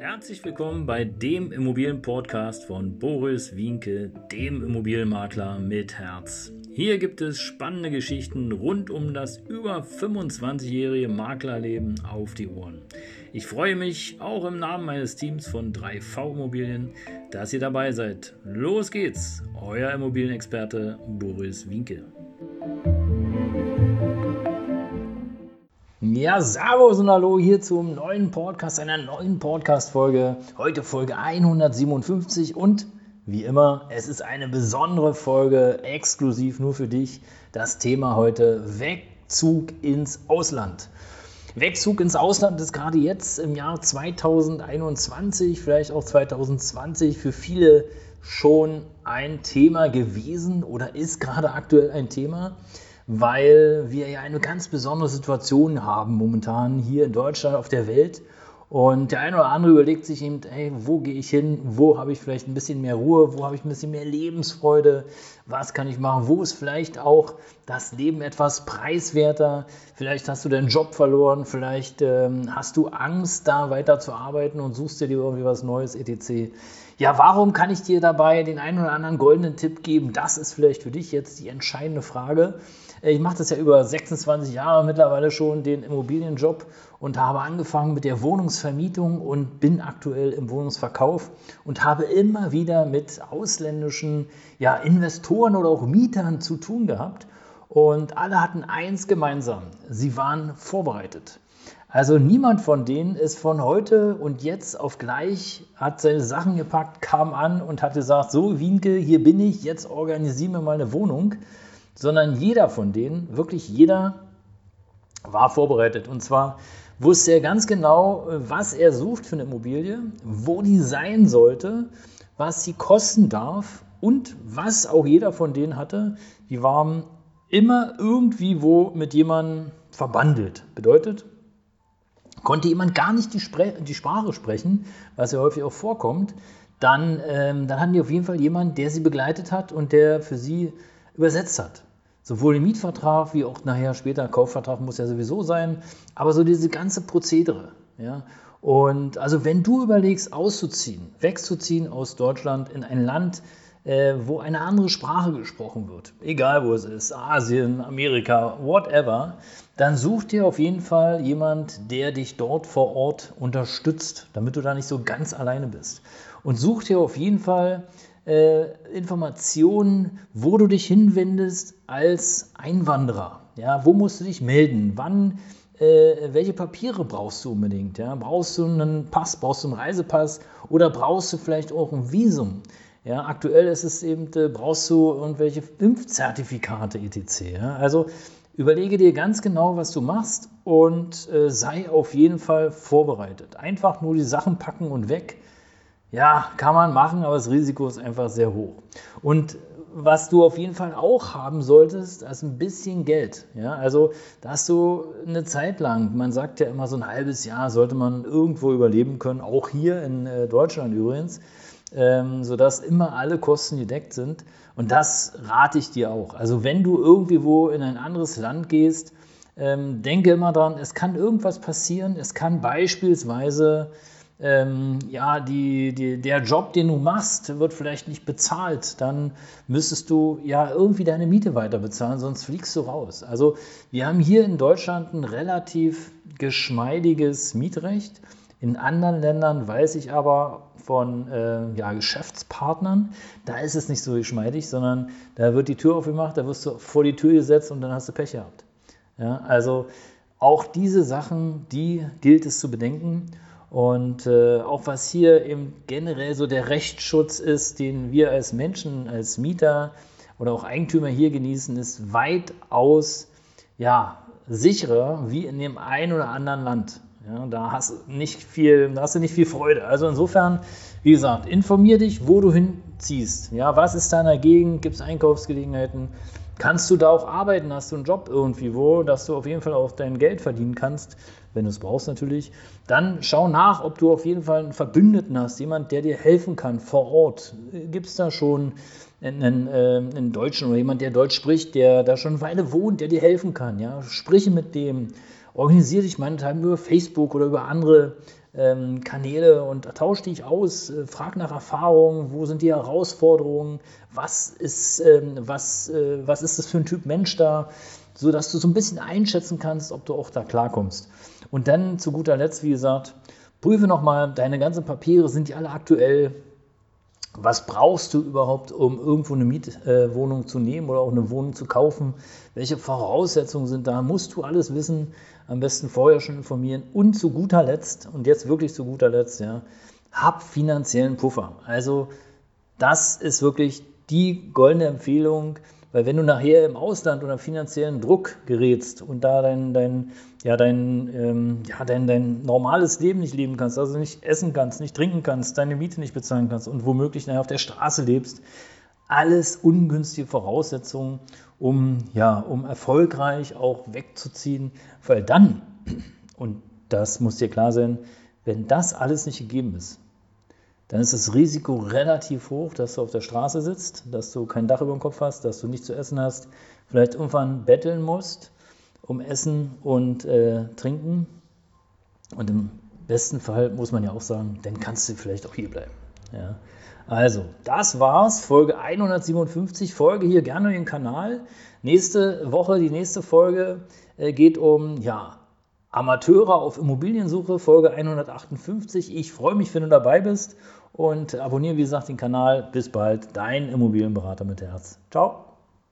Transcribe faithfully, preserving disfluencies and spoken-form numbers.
Herzlich willkommen bei dem Immobilienpodcast von Boris Wienke, dem Immobilienmakler mit Herz. Hier gibt es spannende Geschichten rund um das über fünfundzwanzigjährige Maklerleben auf die Ohren. Ich freue mich auch im Namen meines Teams von drei V Immobilien, dass ihr dabei seid. Los geht's, euer Immobilienexperte Boris Wienke. Ja, servus und hallo hier zum neuen Podcast, einer neuen Podcast-Folge. Heute Folge hundertsiebenundfünfzig und wie immer, es ist eine besondere Folge, exklusiv nur für dich. Das Thema heute: Wegzug ins Ausland. Wegzug ins Ausland ist gerade jetzt im Jahr zweitausendeinundzwanzig, vielleicht auch zweitausendzwanzig, für viele schon ein Thema gewesen oder ist gerade aktuell ein Thema, weil wir ja eine ganz besondere Situation haben momentan hier in Deutschland, auf der Welt. Und der eine oder andere überlegt sich eben, hey, wo gehe ich hin? Wo habe ich vielleicht ein bisschen mehr Ruhe? Wo habe ich ein bisschen mehr Lebensfreude? Was kann ich machen? Wo ist vielleicht auch das Leben etwas preiswerter? Vielleicht hast du deinen Job verloren, vielleicht ähm, hast du Angst, da weiter zu arbeiten und suchst dir irgendwie was Neues, et cetera. Ja, warum kann ich dir dabei den einen oder anderen goldenen Tipp geben? Das ist vielleicht für dich jetzt die entscheidende Frage. Ich mache das ja über sechsundzwanzig Jahre mittlerweile schon, den Immobilienjob, und habe angefangen mit der Wohnungsvermietung und bin aktuell im Wohnungsverkauf und habe immer wieder mit ausländischen ja, Investoren oder auch Mietern zu tun gehabt. Und alle hatten eins gemeinsam: sie waren vorbereitet. Also niemand von denen ist von heute und jetzt auf gleich, hat seine Sachen gepackt, kam an und hat gesagt, so Wienke, hier bin ich, jetzt organisiere mir mal eine Wohnung. Sondern jeder von denen, wirklich jeder, war vorbereitet. Und zwar wusste er ganz genau, was er sucht für eine Immobilie, wo die sein sollte, was sie kosten darf und was auch jeder von denen hatte. Die waren immer irgendwie wo mit jemandem verbandelt. Bedeutet, konnte jemand gar nicht die, Spre- die Sprache sprechen, was ja häufig auch vorkommt, dann, ähm, dann hatten die auf jeden Fall jemanden, der sie begleitet hat und der für sie übersetzt hat. Sowohl den Mietvertrag wie auch nachher später ein Kaufvertrag muss ja sowieso sein, aber so diese ganze Prozedere. Ja? Und also wenn du überlegst, auszuziehen, wegzuziehen aus Deutschland in ein Land, äh, wo eine andere Sprache gesprochen wird, egal wo es ist, Asien, Amerika, whatever, dann such dir auf jeden Fall jemand, der dich dort vor Ort unterstützt, damit du da nicht so ganz alleine bist. Und such dir auf jeden Fall Äh, Informationen, wo du dich hinwendest als Einwanderer. Ja, wo musst du dich melden? Wann, äh, welche Papiere brauchst du unbedingt? Ja? Brauchst du einen Pass, brauchst du einen Reisepass oder brauchst du vielleicht auch ein Visum? Ja, aktuell ist es eben, äh, brauchst du irgendwelche Impfzertifikate et cetera. Ja? Also überlege dir ganz genau, was du machst und äh, sei auf jeden Fall vorbereitet. Einfach nur die Sachen packen und weg. Ja, kann man machen, aber das Risiko ist einfach sehr hoch. Und was du auf jeden Fall auch haben solltest, ist ein bisschen Geld. Ja, also, dass du eine Zeit lang, man sagt ja immer, so ein halbes Jahr sollte man irgendwo überleben können, auch hier in äh, Deutschland übrigens, ähm, sodass immer alle Kosten gedeckt sind. Und das rate ich dir auch. Also, wenn du irgendwie wo in ein anderes Land gehst, ähm, denke immer dran, es kann irgendwas passieren. Es kann beispielsweise Ähm, ja, die, die, der Job, den du machst, wird vielleicht nicht bezahlt, dann müsstest du ja irgendwie deine Miete weiter bezahlen, sonst fliegst du raus. Also wir haben hier in Deutschland ein relativ geschmeidiges Mietrecht. In anderen Ländern weiß ich aber von äh, ja, Geschäftspartnern, da ist es nicht so geschmeidig, sondern da wird die Tür aufgemacht, da wirst du vor die Tür gesetzt und dann hast du Pech gehabt. Ja, also auch diese Sachen, die gilt es zu bedenken. Und äh, auch was hier eben generell so der Rechtsschutz ist, den wir als Menschen, als Mieter oder auch Eigentümer hier genießen, ist weitaus ja, sicherer wie in dem einen oder anderen Land. Ja, da hast du nicht viel, da hast du nicht viel Freude. Also insofern, wie gesagt, informier dich, wo du hinziehst. Ja, was ist da in der Gegend? Gibt es Einkaufsgelegenheiten? Kannst du da auch arbeiten? Hast du einen Job irgendwie wo, dass du auf jeden Fall auch dein Geld verdienen kannst, wenn du es brauchst natürlich. Dann schau nach, ob du auf jeden Fall einen Verbündeten hast, jemand, der dir helfen kann vor Ort. Gibt es da schon einen, äh, einen Deutschen oder jemand, der Deutsch spricht, der da schon eine Weile wohnt, der dir helfen kann? Ja? Sprich mit dem. organisiere dich meinethalben über Facebook oder über andere ähm, Kanäle und tausch dich aus, äh, frag nach Erfahrungen, wo sind die Herausforderungen, was ist, ähm, was, äh, was ist das für ein Typ Mensch da, sodass du so ein bisschen einschätzen kannst, ob du auch da klarkommst. Und dann zu guter Letzt, wie gesagt, prüfe nochmal, deine ganzen Papiere, sind die alle aktuell? Was brauchst du überhaupt, um irgendwo eine Mietwohnung äh, zu nehmen oder auch eine Wohnung zu kaufen? Welche Voraussetzungen sind da? Musst du alles wissen, am besten vorher schon informieren. Und zu guter Letzt, und jetzt wirklich zu guter Letzt, ja, hab finanziellen Puffer. Also das ist wirklich die goldene Empfehlung, weil wenn du nachher im Ausland unter finanziellen Druck gerätst und da dein, dein, ja, dein, ähm, ja, dein, dein normales Leben nicht leben kannst, also nicht essen kannst, nicht trinken kannst, deine Miete nicht bezahlen kannst und womöglich nachher auf der Straße lebst, alles ungünstige Voraussetzungen, um, ja, um erfolgreich auch wegzuziehen, weil dann, und das muss dir klar sein, wenn das alles nicht gegeben ist, dann ist das Risiko relativ hoch, dass du auf der Straße sitzt, dass du kein Dach über dem Kopf hast, dass du nichts zu essen hast, vielleicht irgendwann betteln musst um Essen und äh, Trinken. Und im besten Fall muss man ja auch sagen, dann kannst du vielleicht auch hier bleiben. Ja. Also, das war's, Folge hundertsiebenundfünfzig. Folge hier gerne den Kanal. Nächste Woche, die nächste Folge äh, geht um, ja, Amateure auf Immobiliensuche, Folge hundertachtundfünfzig. Ich freue mich, wenn du dabei bist und abonniere, wie gesagt, den Kanal. Bis bald, dein Immobilienberater mit Herz. Ciao.